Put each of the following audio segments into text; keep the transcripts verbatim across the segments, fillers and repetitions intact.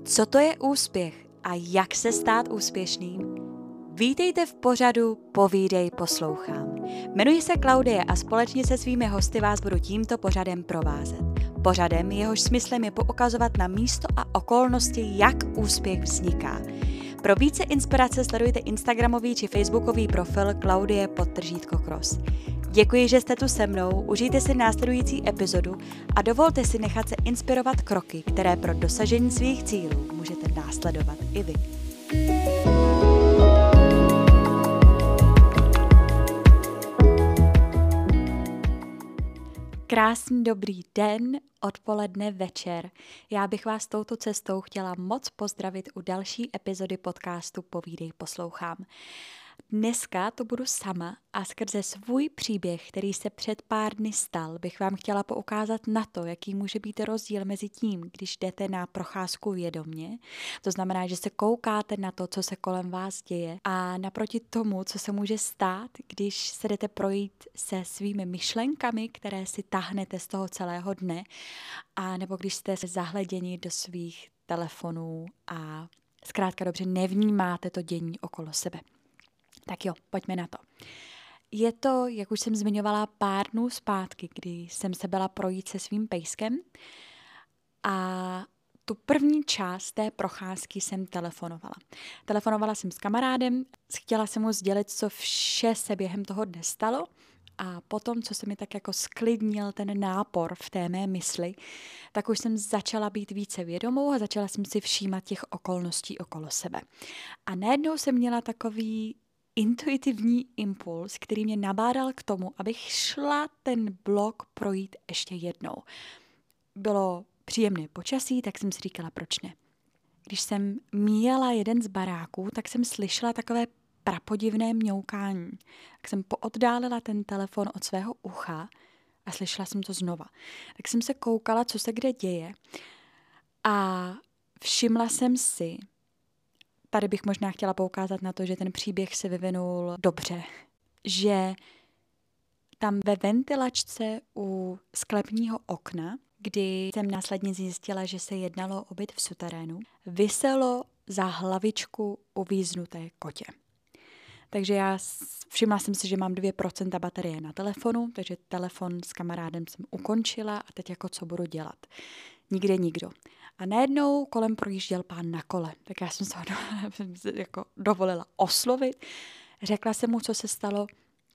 Co to je úspěch a jak se stát úspěšným? Vítejte v pořadu Povídej, poslouchám. Jmenuji se Klaudie a společně se svými hosty vás budu tímto pořadem provázet. Pořadem, jehož smyslem je poukazovat na místo a okolnosti, jak úspěch vzniká. Pro více inspirace sledujte instagramový či facebookový profil Klaudie podtržítko Cross. Děkuji, že jste tu se mnou, užijte si následující epizodu a dovolte si nechat se inspirovat kroky, které pro dosažení svých cílů můžete následovat i vy. Krásný dobrý den, odpoledne, večer. Já bych vás touto cestou chtěla moc pozdravit u další epizody podcastu Povídej, poslouchám. Dneska to budu sama a skrze svůj příběh, který se před pár dny stal, bych vám chtěla poukázat na to, jaký může být rozdíl mezi tím, když jdete na procházku vědomě, to znamená, že se koukáte na to, co se kolem vás děje, a naproti tomu, co se může stát, když se jdete projít se svými myšlenkami, které si táhnete z toho celého dne, a nebo když jste zahleděni do svých telefonů a zkrátka dobře nevnímáte to dění okolo sebe. Tak jo, pojďme na to. Je to, jak už jsem zmiňovala, pár dnů zpátky, kdy jsem se byla projít se svým pejskem a tu první část té procházky jsem telefonovala. Telefonovala jsem s kamarádem, chtěla jsem mu sdělit, co vše se během toho dne stalo, a potom, co se mi tak jako sklidnil ten nápor v té mé mysli, tak už jsem začala být více vědomou a začala jsem si všímat těch okolností okolo sebe. A najednou jsem měla takový intuitivní impuls, který mě nabádal k tomu, abych šla ten blok projít ještě jednou. Bylo příjemné počasí, tak jsem si říkala, proč ne. Když jsem míjela jeden z baráků, tak jsem slyšela takové prapodivné mňoukání. Tak jsem pooddálila ten telefon od svého ucha a slyšela jsem to znova. Tak jsem se koukala, co se kde děje, a všimla jsem si, tady bych možná chtěla poukázat na to, že ten příběh se vyvinul dobře, že tam ve ventilačce u sklepního okna, kdy jsem následně zjistila, že se jednalo o byt v suterénu, viselo za hlavičku uvíznuté kotě. Takže já všimla jsem si, že mám dvě procenta baterie na telefonu, takže telefon s kamarádem jsem ukončila a teď jako co budu dělat. Nikde nikdo. A najednou kolem projížděl pán na kole, tak já jsem se ho do, jako dovolila oslovit, řekla jsem mu, co se stalo,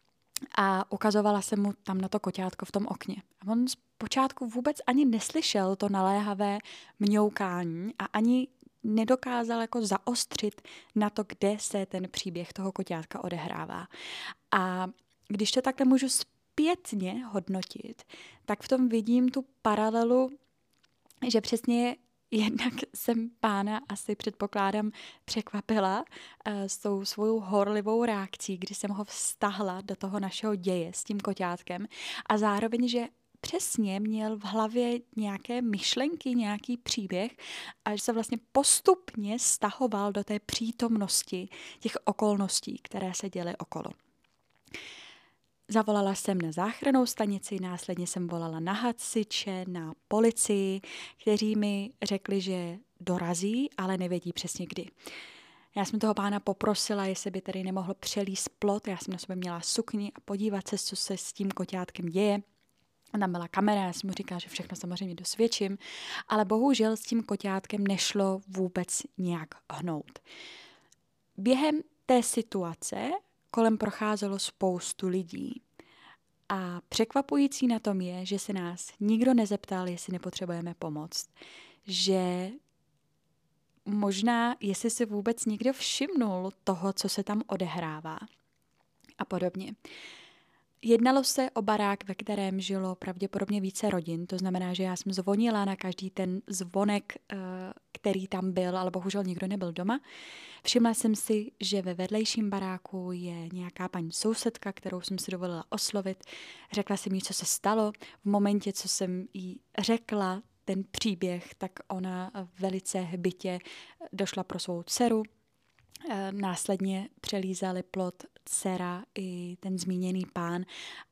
a ukazovala jsem mu tam na to koťátko v tom okně. A on zpočátku vůbec ani neslyšel to naléhavé mňoukání a ani nedokázal jako zaostřit na to, kde se ten příběh toho koťátka odehrává. A když to takhle můžu zpětně hodnotit, tak v tom vidím tu paralelu, že přesně jednak jsem pána asi předpokládám překvapila uh, s tou svou horlivou reakcí, kdy jsem ho vztahla do toho našeho děje s tím koťátkem, a zároveň, že přesně měl v hlavě nějaké myšlenky, nějaký příběh a že se vlastně postupně stahoval do té přítomnosti těch okolností, které se děly okolo. Zavolala jsem na záchrannou stanici, následně jsem volala na hasiče, na policii, kteří mi řekli, že dorazí, ale nevědí přesně kdy. Já jsem toho pána poprosila, jestli by tedy nemohl přelízt plot, já jsem na sobě měla sukni, a podívat se, co se s tím koťátkem děje. A tam byla kamera, já jsem mu říkala, že všechno samozřejmě dosvědčím, ale bohužel s tím koťátkem nešlo vůbec nějak hnout. Během té situace kolem procházelo spoustu lidí. A překvapující na tom je, že se nás nikdo nezeptal, jestli nepotřebujeme pomoc. Že možná, jestli si vůbec někdo všimnul toho, co se tam odehrává. A podobně. Jednalo se o barák, ve kterém žilo pravděpodobně více rodin, to znamená, že já jsem zvonila na každý ten zvonek, který tam byl, ale bohužel nikdo nebyl doma. Všimla jsem si, že ve vedlejším baráku je nějaká paní sousedka, kterou jsem si dovolila oslovit. Řekla jsem jí, co se stalo. V momentě, co jsem jí řekla ten příběh, tak ona velice hbitě došla pro svou dceru. Následně přelízali plot dcera i ten zmíněný pán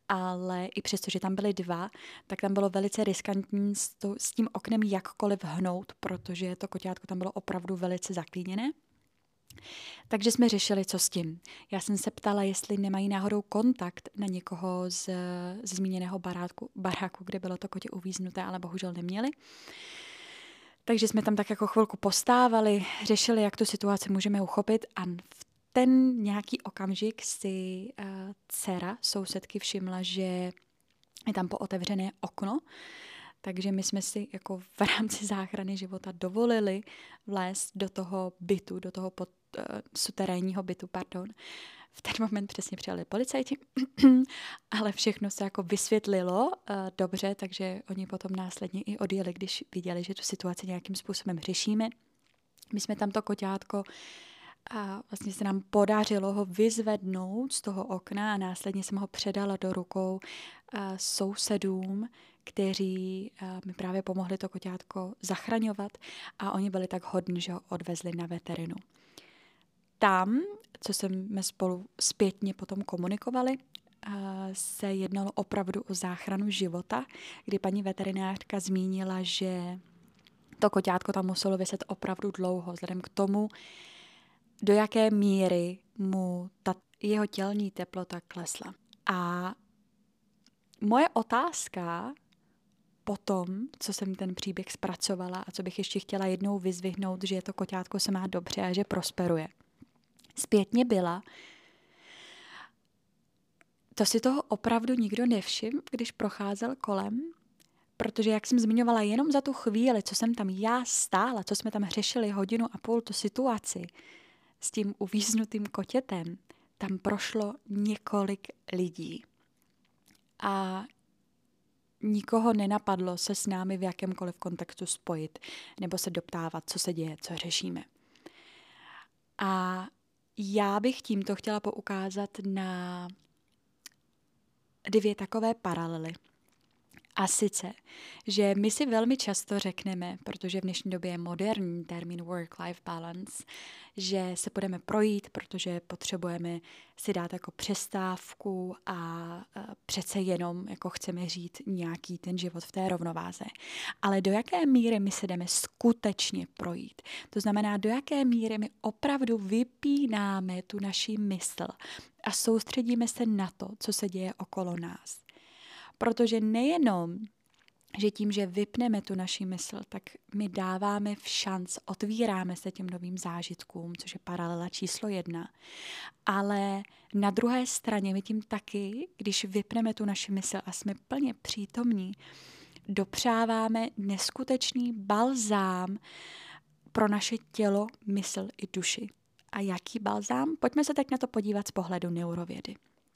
ale i přesto, že tam byly dva, tak tam bylo velice riskantní s, to, s tím oknem jakkoliv hnout, protože to koťátko tam bylo opravdu velice zaklíněné. Takže jsme řešili, co s tím. Já jsem se ptala, jestli nemají náhodou kontakt na někoho z, z zmíněného baráku, baráku, kde bylo to kotě uvíznuté, ale bohužel neměli. Takže jsme tam tak jako chvilku postávali, řešili, jak tu situaci můžeme uchopit a v ten nějaký okamžik si uh, dcera sousedky všimla, že je tam pootevřené okno, takže my jsme si jako v rámci záchrany života dovolili vlézt do toho bytu, do toho pod, uh, suterénního bytu, pardon. V ten moment přesně přijeli policajti, ale všechno se jako vysvětlilo uh, dobře, takže oni potom následně i odjeli, když viděli, že tu situaci nějakým způsobem řešíme. My jsme tam to koťátko a vlastně se nám podařilo ho vyzvednout z toho okna a následně jsem ho předala do rukou uh, sousedům, kteří uh, mi právě pomohli to koťátko zachraňovat a oni byli tak hodní, že ho odvezli na veterinu. Tam, co jsme spolu zpětně potom komunikovali, uh, se jednalo opravdu o záchranu života, kdy paní veterinářka zmínila, že to koťátko tam muselo vyset opravdu dlouho, vzhledem k tomu, do jaké míry mu ta jeho tělní teplota klesla. A moje otázka potom, co jsem ten příběh zpracovala a co bych ještě chtěla jednou vyzvihnout, že to koťátko se má dobře a že prosperuje, zpětně byla, to si toho opravdu nikdo nevšiml, když procházel kolem, protože jak jsem zmiňovala, jenom za tu chvíli, co jsem tam já stála, co jsme tam řešili hodinu a půl tu situaci s tím uvíznutým kotětem, tam prošlo několik lidí. A nikoho nenapadlo se s námi v jakémkoliv kontextu spojit nebo se doptávat, co se děje, co řešíme. A já bych tímto chtěla poukázat na dvě takové paralely. A sice, že my si velmi často řekneme, protože v dnešní době je moderní termín work-life balance, že se budeme projít, protože potřebujeme si dát jako přestávku a přece jenom jako chceme žít nějaký ten život v té rovnováze. Ale do jaké míry my se jdeme skutečně projít? To znamená, do jaké míry my opravdu vypínáme tu naši mysl a soustředíme se na to, co se děje okolo nás. Protože nejenom, že tím, že vypneme tu naši mysl, tak my dáváme v šanc, otvíráme se těm novým zážitkům, což je paralela číslo jedna. Ale na druhé straně my tím taky, když vypneme tu naši mysl a jsme plně přítomní, dopřáváme neskutečný balzám pro naše tělo, mysl i duši. A jaký balzám? Pojďme se teď na to podívat z pohledu neurovědy.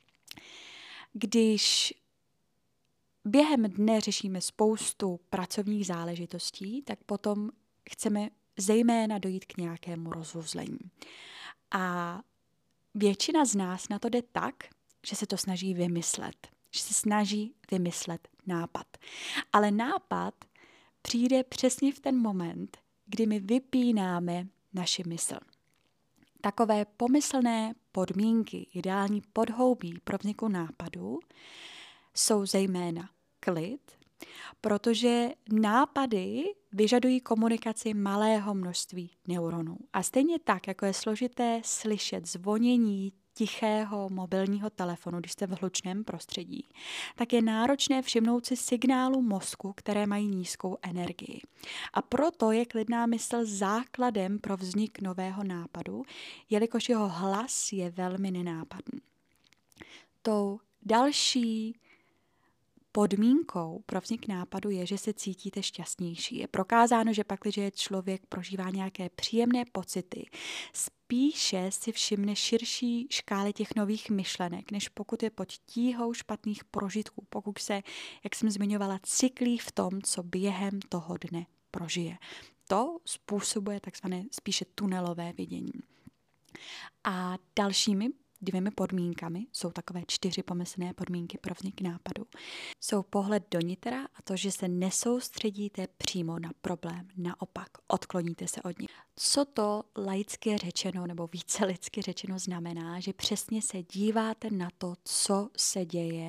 Když během dne řešíme spoustu pracovních záležitostí, tak potom chceme zejména dojít k nějakému rozuzlení. A většina z nás na to jde tak, že se to snaží vymyslet. Že se snaží vymyslet nápad. Ale nápad přijde přesně v ten moment, kdy my vypínáme naši mysl. Takové pomyslné podmínky, ideální podhoubí pro vzniku nápadu jsou zejména klid, protože nápady vyžadují komunikaci malého množství neuronů. A stejně tak, jako je složité slyšet zvonění tichého mobilního telefonu, když jste v hlučném prostředí, tak je náročné všimnout si signálu mozku, které mají nízkou energii. A proto je klidná mysl základem pro vznik nového nápadu, jelikož jeho hlas je velmi nenápadný. Tou další podmínkou pro vznik nápadu je, že se cítíte šťastnější. Je prokázáno, že pakliže člověk prožívá nějaké příjemné pocity, spíše si všimne širší škály těch nových myšlenek, než pokud je pod tíhou špatných prožitků, pokud se, jak jsem zmiňovala, cyklí v tom, co během toho dne prožije. To způsobuje takzvané spíše tunelové vidění. A dalšími dvěmi podmínkami, jsou takové čtyři pomyslné podmínky pro vznik nápadu, jsou pohled do nitra a to, že se nesoustředíte přímo na problém, naopak odkloníte se od něj. Co to laicky řečeno nebo více lidsky řečeno znamená, že přesně se díváte na to, co se děje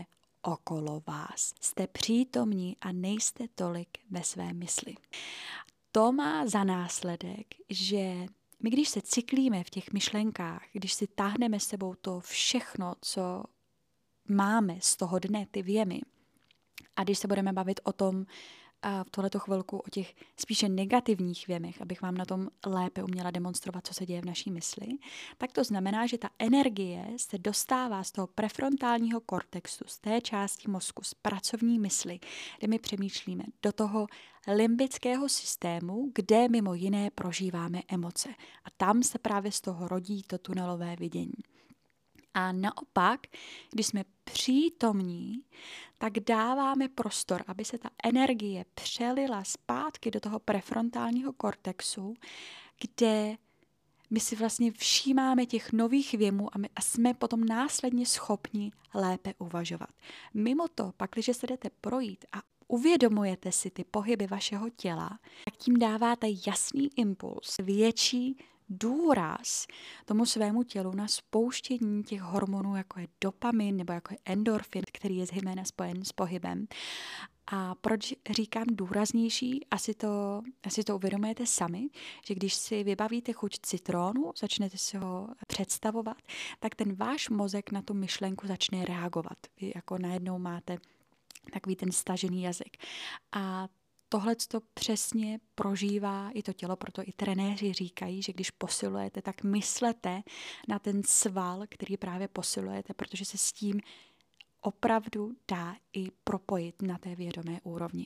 okolo vás. Jste přítomní a nejste tolik ve své mysli. To má za následek, že my když se cyklíme v těch myšlenkách, když si táhneme s sebou to všechno, co máme z toho dne, ty věmy, a když se budeme bavit o tom, a v tuhleto chvilku o těch spíše negativních věmech, abych vám na tom lépe uměla demonstrovat, co se děje v naší mysli, tak to znamená, že ta energie se dostává z toho prefrontálního kortexu, z té části mozku, z pracovní mysli, kde my přemýšlíme, do toho limbického systému, kde mimo jiné prožíváme emoce. A tam se právě z toho rodí to tunelové vidění. A naopak, když jsme přítomní, tak dáváme prostor, aby se ta energie přelila zpátky do toho prefrontálního kortexu, kde my si vlastně všímáme těch nových věmů a, my, a jsme potom následně schopni lépe uvažovat. Mimo to, pak, když se jdete projít a uvědomujete si ty pohyby vašeho těla, tak tím dáváte jasný impuls, větší důraz tomu svému tělu na spouštění těch hormonů, jako je dopamin nebo jako je endorfin, který je zejména spojen s pohybem. A proč říkám důraznější? Asi to, asi to uvědomujete sami, že když si vybavíte chuť citrónu, začnete si ho představovat, tak ten váš mozek na tu myšlenku začne reagovat. Vy jako najednou máte takový ten stažený jazyk. A tohle to přesně prožívá i to tělo, proto i trenéři říkají, že když posilujete, tak myslete na ten sval, který právě posilujete, protože se s tím opravdu dá i propojit na té vědomé úrovni.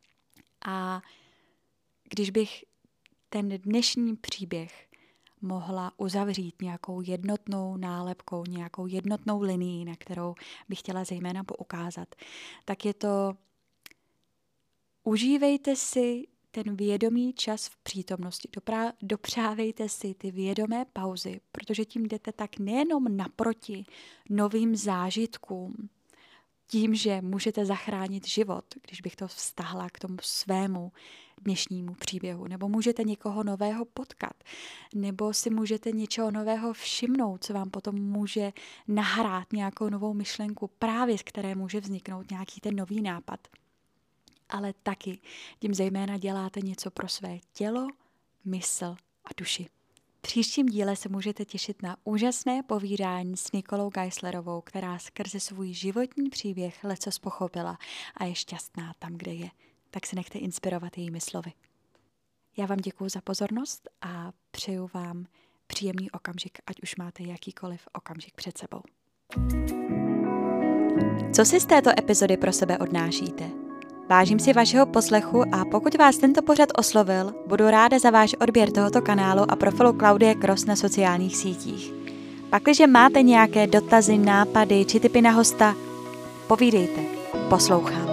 A když bych ten dnešní příběh mohla uzavřít nějakou jednotnou nálepkou, nějakou jednotnou linií, na kterou bych chtěla zejména poukázat, tak je to: užívejte si ten vědomý čas v přítomnosti, Doprá- dopřávejte si ty vědomé pauzy, protože tím jdete tak nejenom naproti novým zážitkům, tím, že můžete zachránit život, když bych to vztahla k tomu svému dnešnímu příběhu, nebo můžete někoho nového potkat, nebo si můžete něčeho nového všimnout, co vám potom může nahrát nějakou novou myšlenku, právě z které může vzniknout nějaký ten nový nápad. Ale taky tím zejména děláte něco pro své tělo, mysl a duši. V příštím díle se můžete těšit na úžasné povídání s Nikolou Geislerovou, která skrze svůj životní příběh lecos pochopila a je šťastná tam, kde je. Tak se nechte inspirovat jejími slovy. Já vám děkuju za pozornost a přeju vám příjemný okamžik, ať už máte jakýkoliv okamžik před sebou. Co si z této epizody pro sebe odnášíte? Vážím si vašeho poslechu a pokud vás tento pořad oslovil, budu ráda za váš odběr tohoto kanálu a profilu Claudie Cross na sociálních sítích. Pakliže máte nějaké dotazy, nápady či tipy na hosta, povídejte, poslouchám.